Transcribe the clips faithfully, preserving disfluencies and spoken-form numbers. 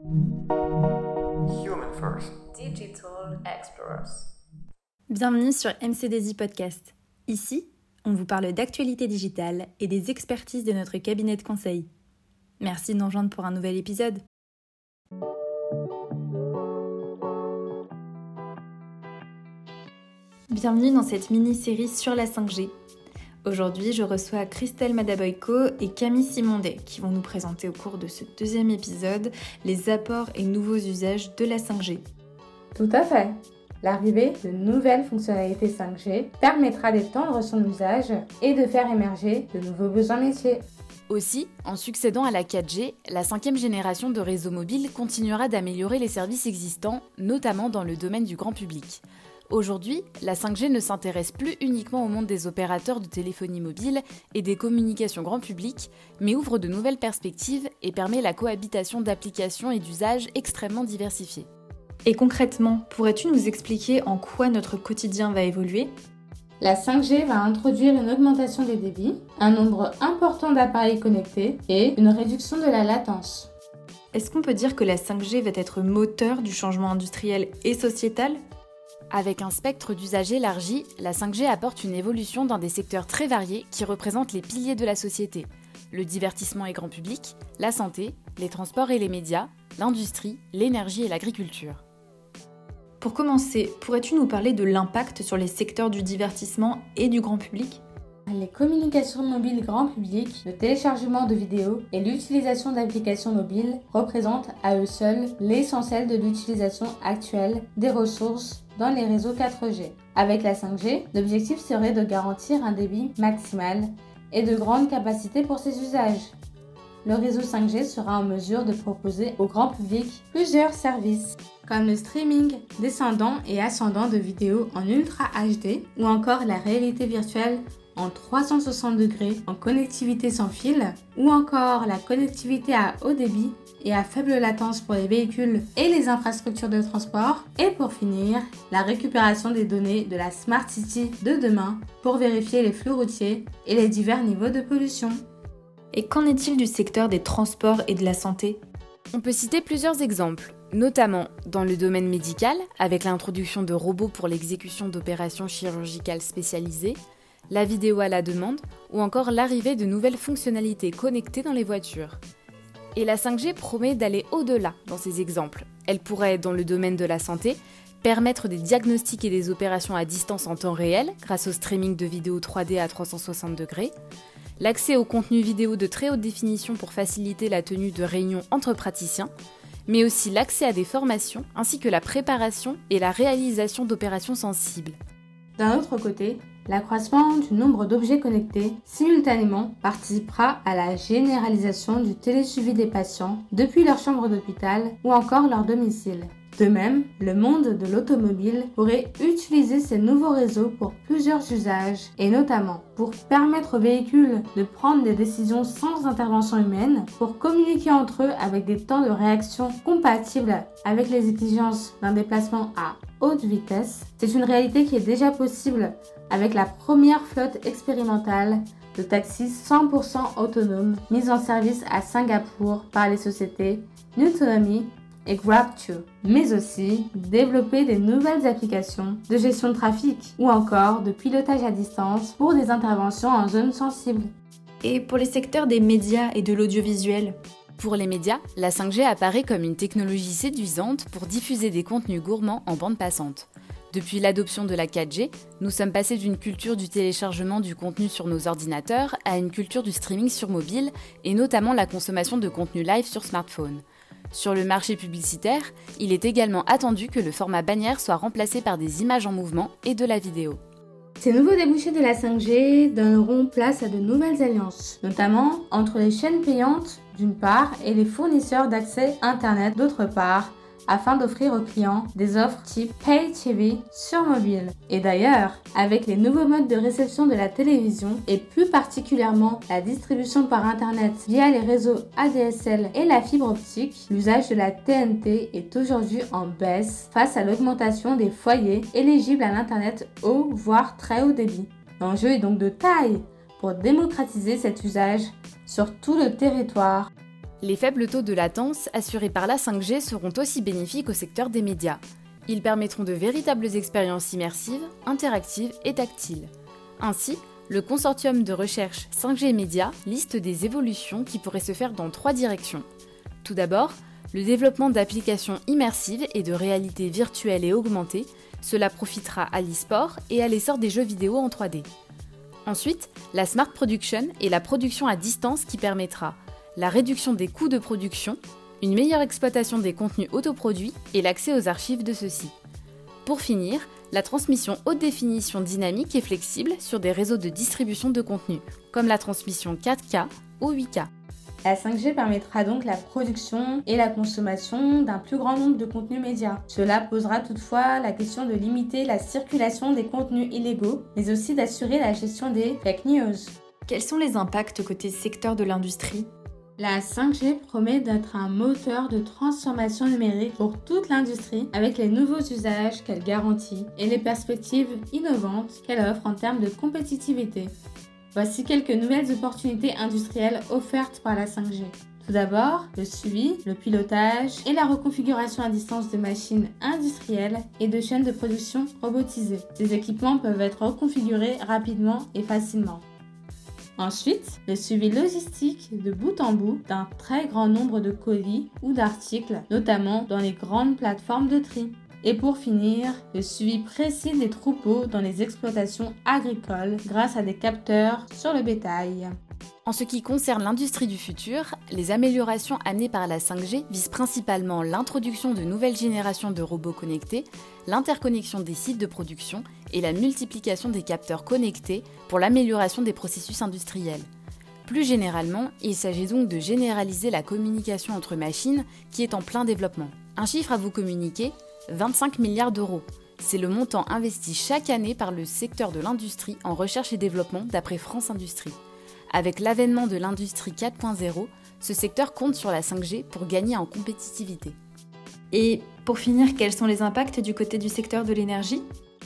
Human First. Digital Explorers. Bienvenue sur M C D I Podcast. Ici, on vous parle d'actualité digitale et des expertises de notre cabinet de conseil. Merci de nous rejoindre pour un nouvel épisode. Bienvenue dans cette mini-série sur la cinq G. Aujourd'hui, je reçois Christelle Madaboyko et Camille Simondet qui vont nous présenter au cours de ce deuxième épisode les apports et nouveaux usages de la cinq G. Tout à fait. L'arrivée de nouvelles fonctionnalités cinq G permettra d'étendre son usage et de faire émerger de nouveaux besoins métiers. Aussi, en succédant à la quatre G, la cinquième génération de réseaux mobiles continuera d'améliorer les services existants, notamment dans le domaine du grand public. Aujourd'hui, la cinq G ne s'intéresse plus uniquement au monde des opérateurs de téléphonie mobile et des communications grand public, mais ouvre de nouvelles perspectives et permet la cohabitation d'applications et d'usages extrêmement diversifiés. Et concrètement, pourrais-tu nous expliquer en quoi notre quotidien va évoluer ? La cinq G va introduire une augmentation des débits, un nombre important d'appareils connectés et une réduction de la latence. Est-ce qu'on peut dire que la cinq G va être moteur du changement industriel et sociétal ? Avec un spectre d'usage élargi, la cinq G apporte une évolution dans des secteurs très variés qui représentent les piliers de la société. Le divertissement et grand public, la santé, les transports et les médias, l'industrie, l'énergie et l'agriculture. Pour commencer, pourrais-tu nous parler de l'impact sur les secteurs du divertissement et du grand public ? Les communications mobiles grand public, le téléchargement de vidéos et l'utilisation d'applications mobiles représentent à eux seuls l'essentiel de l'utilisation actuelle des ressources dans les réseaux quatre G. Avec la cinq G, l'objectif serait de garantir un débit maximal et de grandes capacités pour ces usages. Le réseau cinq G sera en mesure de proposer au grand public plusieurs services, comme le streaming descendant et ascendant de vidéos en Ultra H D ou encore la réalité virtuelle en trois cent soixante degrés en connectivité sans fil ou encore la connectivité à haut débit et à faible latence pour les véhicules et les infrastructures de transport et pour finir, la récupération des données de la Smart City de demain pour vérifier les flux routiers et les divers niveaux de pollution. Et qu'en est-il du secteur des transports et de la santé ? On peut citer plusieurs exemples, notamment dans le domaine médical, avec l'introduction de robots pour l'exécution d'opérations chirurgicales spécialisées, la vidéo à la demande ou encore l'arrivée de nouvelles fonctionnalités connectées dans les voitures. Et la cinq G promet d'aller au-delà dans ces exemples. Elle pourrait, dans le domaine de la santé, permettre des diagnostics et des opérations à distance en temps réel grâce au streaming de vidéos trois D à trois cent soixante degrés, l'accès au contenu vidéo de très haute définition pour faciliter la tenue de réunions entre praticiens, mais aussi l'accès à des formations ainsi que la préparation et la réalisation d'opérations sensibles. D'un autre côté, l'accroissement du nombre d'objets connectés simultanément participera à la généralisation du télésuivi des patients depuis leur chambre d'hôpital ou encore leur domicile. De même, le monde de l'automobile pourrait utiliser ces nouveaux réseaux pour plusieurs usages et notamment pour permettre aux véhicules de prendre des décisions sans intervention humaine, pour communiquer entre eux avec des temps de réaction compatibles avec les exigences d'un déplacement à haute vitesse. C'est une réalité qui est déjà possible avec la première flotte expérimentale de taxis cent pour cent autonomes mise en service à Singapour par les sociétés Nutonomy et Grab deux, mais aussi développer des nouvelles applications de gestion de trafic ou encore de pilotage à distance pour des interventions en zones sensibles. Et pour les secteurs des médias et de l'audiovisuel ? Pour les médias, la cinq G apparaît comme une technologie séduisante pour diffuser des contenus gourmands en bande passante. Depuis l'adoption de la quatre G, nous sommes passés d'une culture du téléchargement du contenu sur nos ordinateurs à une culture du streaming sur mobile et notamment la consommation de contenu live sur smartphone. Sur le marché publicitaire, il est également attendu que le format bannière soit remplacé par des images en mouvement et de la vidéo. Ces nouveaux débouchés de la cinq G donneront place à de nouvelles alliances, notamment entre les chaînes payantes d'une part et les fournisseurs d'accès Internet d'autre part, afin d'offrir aux clients des offres type Pay T V sur mobile. Et d'ailleurs, avec les nouveaux modes de réception de la télévision et plus particulièrement la distribution par Internet via les réseaux A D S L et la fibre optique, l'usage de la T N T est aujourd'hui en baisse face à l'augmentation des foyers éligibles à l'Internet haut voire très haut débit. L'enjeu est donc de taille pour démocratiser cet usage sur tout le territoire. Les faibles taux de latence assurés par la cinq G seront aussi bénéfiques au secteur des médias. Ils permettront de véritables expériences immersives, interactives et tactiles. Ainsi, le consortium de recherche cinq G Média liste des évolutions qui pourraient se faire dans trois directions. Tout d'abord, le développement d'applications immersives et de réalité virtuelle et augmentée, cela profitera à l'e-sport et à l'essor des jeux vidéo en trois D. Ensuite, la Smart Production et la production à distance qui permettra la réduction des coûts de production, une meilleure exploitation des contenus autoproduits et l'accès aux archives de ceux-ci. Pour finir, la transmission haute définition dynamique et flexible sur des réseaux de distribution de contenu, comme la transmission quatre K ou huit K. La cinq G permettra donc la production et la consommation d'un plus grand nombre de contenus médias. Cela posera toutefois la question de limiter la circulation des contenus illégaux, mais aussi d'assurer la gestion des fake news. Quels sont les impacts côté secteur de l'industrie ? La cinq G promet d'être un moteur de transformation numérique pour toute l'industrie avec les nouveaux usages qu'elle garantit et les perspectives innovantes qu'elle offre en termes de compétitivité. Voici quelques nouvelles opportunités industrielles offertes par la cinq G. Tout d'abord, le suivi, le pilotage et la reconfiguration à distance de machines industrielles et de chaînes de production robotisées. Ces équipements peuvent être reconfigurés rapidement et facilement. Ensuite, le suivi logistique de bout en bout d'un très grand nombre de colis ou d'articles, notamment dans les grandes plateformes de tri. Et pour finir, le suivi précis des troupeaux dans les exploitations agricoles grâce à des capteurs sur le bétail. En ce qui concerne l'industrie du futur, les améliorations amenées par la cinq G visent principalement l'introduction de nouvelles générations de robots connectés, l'interconnexion des sites de production et la multiplication des capteurs connectés pour l'amélioration des processus industriels. Plus généralement, il s'agit donc de généraliser la communication entre machines qui est en plein développement. Un chiffre à vous communiquer, vingt-cinq milliards d'euros. C'est le montant investi chaque année par le secteur de l'industrie en recherche et développement d'après France Industrie. Avec l'avènement de l'industrie quatre point zéro, ce secteur compte sur la cinq G pour gagner en compétitivité. Et pour finir, quels sont les impacts du côté du secteur de l'énergie ?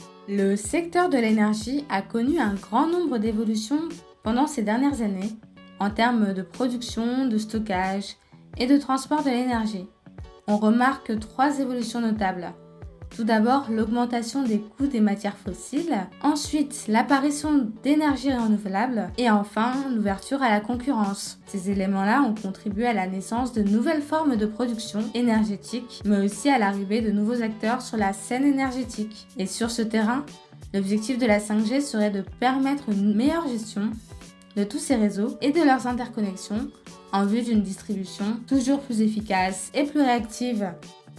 Le secteur de l'énergie a connu un grand nombre d'évolutions pendant ces dernières années en termes de production, de stockage et de transport de l'énergie. On remarque trois évolutions notables. Tout d'abord, l'augmentation des coûts des matières fossiles, ensuite l'apparition d'énergies renouvelables et enfin l'ouverture à la concurrence. Ces éléments-là ont contribué à la naissance de nouvelles formes de production énergétique, mais aussi à l'arrivée de nouveaux acteurs sur la scène énergétique. Et sur ce terrain, l'objectif de la cinq G serait de permettre une meilleure gestion de tous ces réseaux et de leurs interconnexions en vue d'une distribution toujours plus efficace et plus réactive.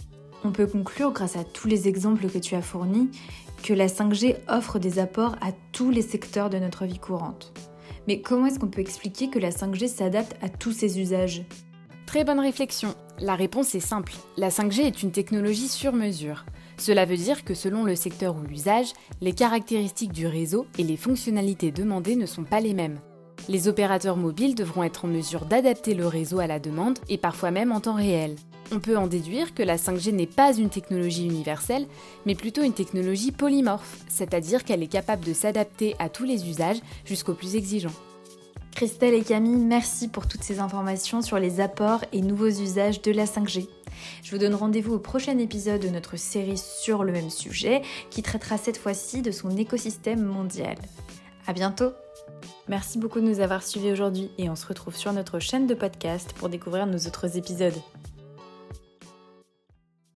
On peut conclure, grâce à tous les exemples que tu as fournis, que la cinq G offre des apports à tous les secteurs de notre vie courante. Mais comment est-ce qu'on peut expliquer que la cinq G s'adapte à tous ces usages ? Très bonne réflexion. La réponse est simple. La cinq G est une technologie sur mesure. Cela veut dire que selon le secteur ou l'usage, les caractéristiques du réseau et les fonctionnalités demandées ne sont pas les mêmes. Les opérateurs mobiles devront être en mesure d'adapter le réseau à la demande et parfois même en temps réel. On peut en déduire que la cinq G n'est pas une technologie universelle, mais plutôt une technologie polymorphe, c'est-à-dire qu'elle est capable de s'adapter à tous les usages jusqu'aux plus exigeants. Christelle et Camille, merci pour toutes ces informations sur les apports et nouveaux usages de la cinq G. Je vous donne rendez-vous au prochain épisode de notre série sur le même sujet, qui traitera cette fois-ci de son écosystème mondial. À bientôt! Merci beaucoup de nous avoir suivis aujourd'hui et on se retrouve sur notre chaîne de podcast pour découvrir nos autres épisodes.